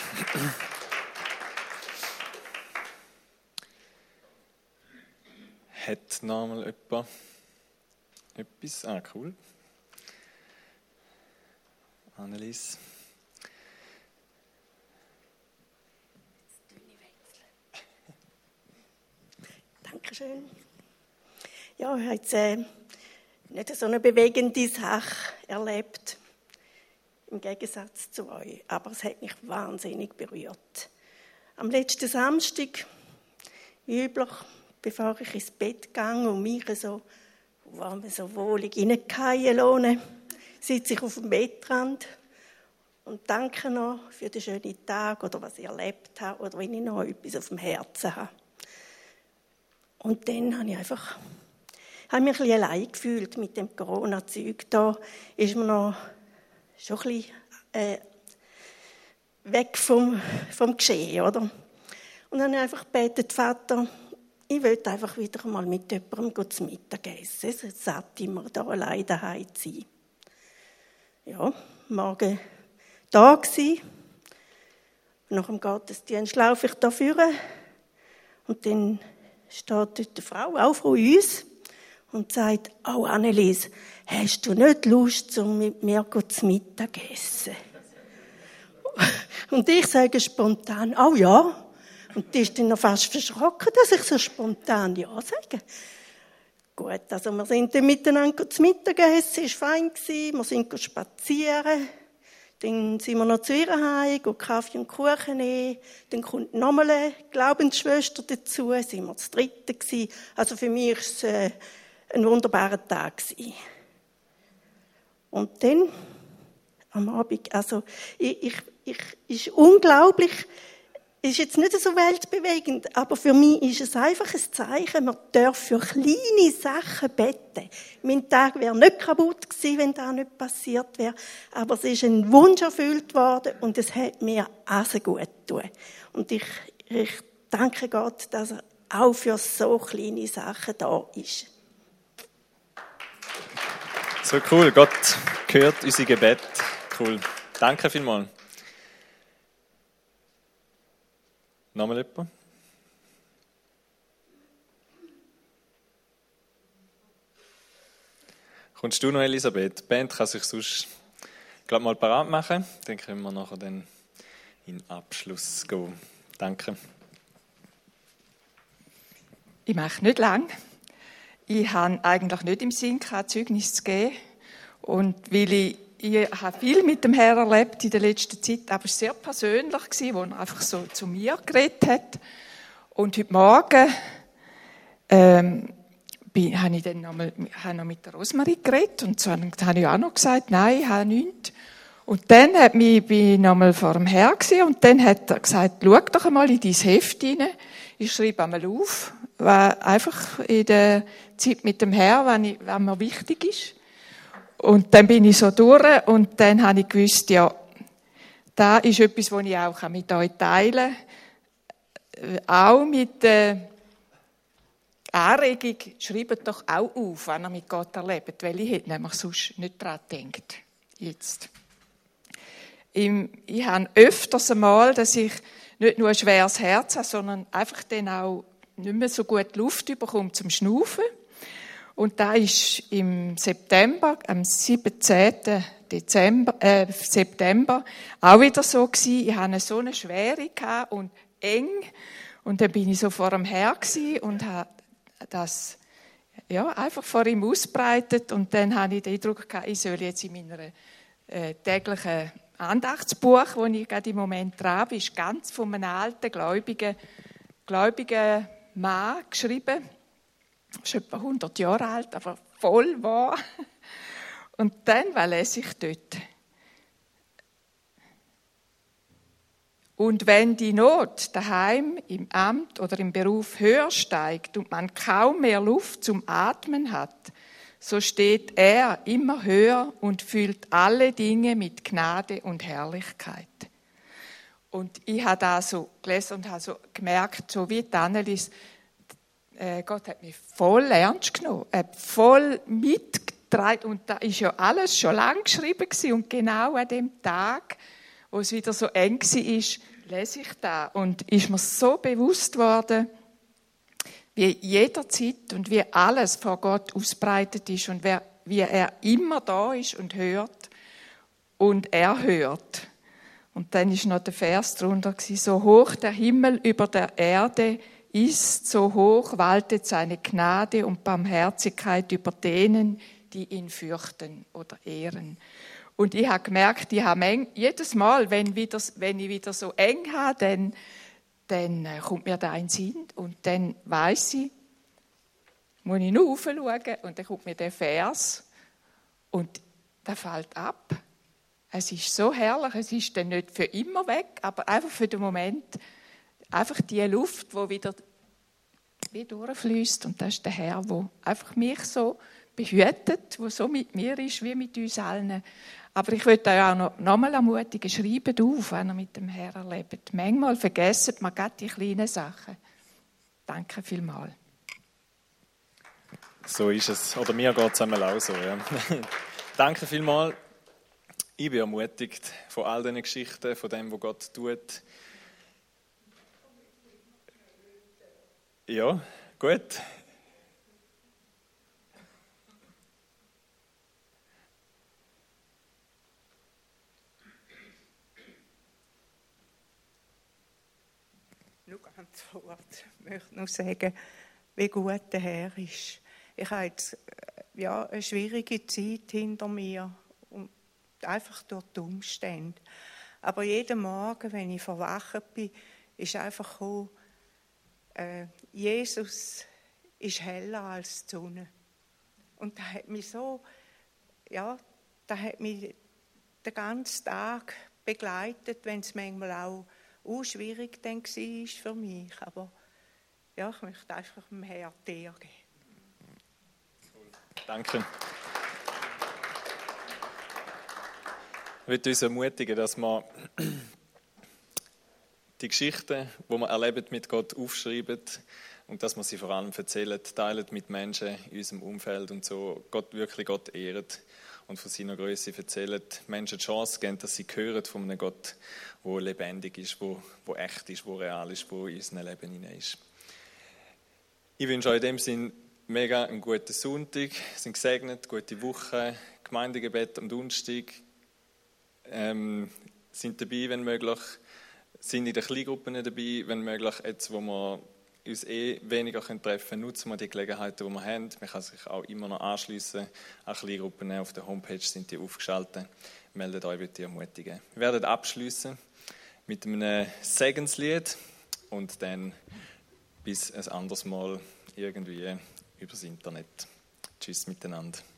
Speaker 1: Hat noch mal jemand etwas? Ah, cool. Annelies.
Speaker 8: Dankeschön. Ja, ich habe jetzt äh, nicht so eine bewegende Sache erlebt, im Gegensatz zu euch. Aber es hat mich wahnsinnig berührt. Am letzten Samstag, wie üblich, bevor ich ins Bett gehe und mich so, war mir so wohlig reingefallen lasse, sitze ich auf dem Bettrand und danke noch für den schönen Tag oder was ich erlebt habe oder wenn ich noch etwas auf dem Herzen habe. Und dann habe ich einfach habe mich ein bisschen allein gefühlt mit dem Corona-Zeug. Da ist man noch schon ein bisschen äh, weg vom, vom Geschehen, oder? Und dann habe ich einfach gebetet, Vater, ich will einfach wieder mal mit jemandem zu Mittag essen. Es ist satt, immer da allein daheim zu sein. Ja, morgen da gsi. Nach dem Gottesdienst laufe ich da vorne und dann steht dort eine Frau, auch von uns, und sagt, oh Annelies, hast du nicht Lust, um mit mir zu Mittag zu essen? Und ich sage spontan, oh ja. Und die ist dann noch fast verschrocken, dass ich so spontan ja sage. Gut, also wir sind dann miteinander zu Mittag gegessen, es war fein, wir sind spazieren. Dann sind wir noch zu ihr heim, gehen Kaffee und Kuchen nehmen. Dann kommt nochmal eine Glaubensschwester dazu, sind wir zu dritten gewesen. Also für mich war es äh, ein wunderbarer Tag gewesen. Und dann, am Abend, also, ich, ich, ich, ist unglaublich, ist jetzt nicht so weltbewegend, aber für mich ist es einfach ein Zeichen, man darf für kleine Sachen beten. Mein Tag wäre nicht kaputt gewesen, wenn das nicht passiert wäre, aber es ist ein Wunsch erfüllt worden und es hat mir auch so gut getan. Und ich, ich danke Gott, dass er auch für so kleine Sachen da ist.
Speaker 1: So cool, Gott hört unser Gebet. Cool. Danke vielmals. Nochmal jemand? Kommst du noch, Elisabeth? Die Band kann sich sonst glaub mal parat machen. Dann können wir nachher dann in den Abschluss gehen. Danke.
Speaker 9: Ich mache nicht lang. Ich habe eigentlich nicht im Sinn, kein Zeugnis zu geben. Und weil ich Ich habe viel mit dem Herrn erlebt in der letzten Zeit, aber es war sehr persönlich, als er einfach so zu mir geredet hat. Und heute Morgen ähm, bin, habe ich dann noch, mal, habe noch mit der Rosmarie geredet und so habe ich auch noch gesagt, nein, ich habe nichts. Und dann hat mich, bin ich noch mal vor dem Herrn gewesen, und dann hat er gesagt, schau doch einmal in dein Heft hinein. Ich schreibe einmal auf, was einfach in der Zeit mit dem Herrn, wenn, ich, wenn mir wichtig ist. Und dann bin ich so durch und dann habe ich gewusst, ja, da ist etwas, was ich auch mit euch teilen kann. Auch mit der Anregung, schreibt doch auch auf, wenn ihr mit Gott erlebt, weil ich hätte nämlich sonst nicht daran gedacht. Jetzt. Ich habe öfters einmal, dass ich nicht nur ein schweres Herz habe, sondern einfach dann auch nicht mehr so gut Luft bekomme zum Schnaufen. Und da ist im September, am siebzehnten Dezember, äh, September, auch wieder so gewesen. Ich hatte so eine Schwere und eng. Und dann bin ich so vor dem Herrn und habe das, ja, einfach vor ihm ausbreitet. Und dann habe ich den Eindruck gehabt, ich soll jetzt in meiner äh, täglichen Andachtsbuch, wo ich gerade im Moment dran bin, ist ganz von einem alten, gläubigen, gläubigen Mann geschrieben. Er ist etwa hundert Jahre alt, aber voll wahr. Und dann, was lese ich dort? Und wenn die Not daheim, im Amt oder im Beruf höher steigt und man kaum mehr Luft zum Atmen hat, so steht er immer höher und füllt alle Dinge mit Gnade und Herrlichkeit. Und ich habe da so gelesen und habe so gemerkt, so wie die Annelies, Gott hat mich voll ernst genommen, hat voll mitgetragen. Und da ist ja alles schon lang geschrieben gewesen. Und genau an dem Tag, wo es wieder so eng war, lese ich da. Und ist mir so bewusst worden, wie jederzeit und wie alles vor Gott ausbreitet ist und wie er immer da ist und hört. Und er hört. Und dann ist noch der Vers drunter, so hoch der Himmel über der Erde ist, so hoch waltet seine Gnade und Barmherzigkeit über denen, die ihn fürchten oder ehren. Und ich habe gemerkt, ich habe eng, jedes Mal, wenn, wieder, wenn ich wieder so eng habe, dann, dann kommt mir da ein Sinn und dann weiss ich, muss ich nur raufschauen und dann kommt mir der Vers und der fällt ab. Es ist so herrlich, es ist dann nicht für immer weg, aber einfach für den Moment, einfach die Luft, die wieder wie durchfließt. Und das ist der Herr, der einfach mich so behütet, der so mit mir ist, wie mit uns allen. Aber ich möchte euch auch noch, noch mal ermutigen, schreibt auf, wenn ihr mit dem Herrn erlebt. Manchmal vergessen wir gerade die kleinen Sachen. Danke vielmals.
Speaker 1: So ist es. Oder mir geht es einmal auch so. Ja. Danke vielmals. Ich bin ermutigt von all diesen Geschichten, von dem, was Gott tut. Ja, gut.
Speaker 10: Nur ganz kurz. Ich möchte nur sagen, wie gut der Herr ist. Ich habe jetzt ja, eine schwierige Zeit hinter mir. Und einfach durch die Umstände. Aber jeden Morgen, wenn ich verwacht bin, ist einfach gekommen, äh, Jesus ist heller als die Sonne. Und das hat mich so, ja, das hat mich den ganzen Tag begleitet, wenn es manchmal auch, auch schwierig dann war für mich. Aber ja, ich möchte einfach dem Herrn die Ehre geben.
Speaker 1: Danke. Ich möchte uns ermutigen, dass wir die Geschichten, die wir erleben, mit Gott aufschreiben und dass wir sie vor allem erzählen, teilen mit Menschen in unserem Umfeld und so Gott wirklich Gott ehren und von seiner Größe erzählen, Menschen die Chance geben, dass sie hören von einem Gott, der lebendig ist, der, der echt ist, der real ist, der in unserem Leben hinein ist. Ich wünsche euch in dem Sinn mega einen guten Sonntag, sind gesegnet, gute Woche, Gemeindegebet am Donnerstag. Ähm, sind dabei, wenn möglich, sind in den Kleingruppen dabei, wenn möglich, jetzt, wo wir uns eh weniger treffen können, nutzen wir die Gelegenheiten, die wir haben. Man kann sich auch immer noch anschliessen an Kleingruppen, auf der Homepage sind die aufgeschaltet. Meldet euch, bitte ermutigen. Wir werden abschliessen mit einem Segenslied und dann bis ein anderes Mal irgendwie übers Internet. Tschüss miteinander.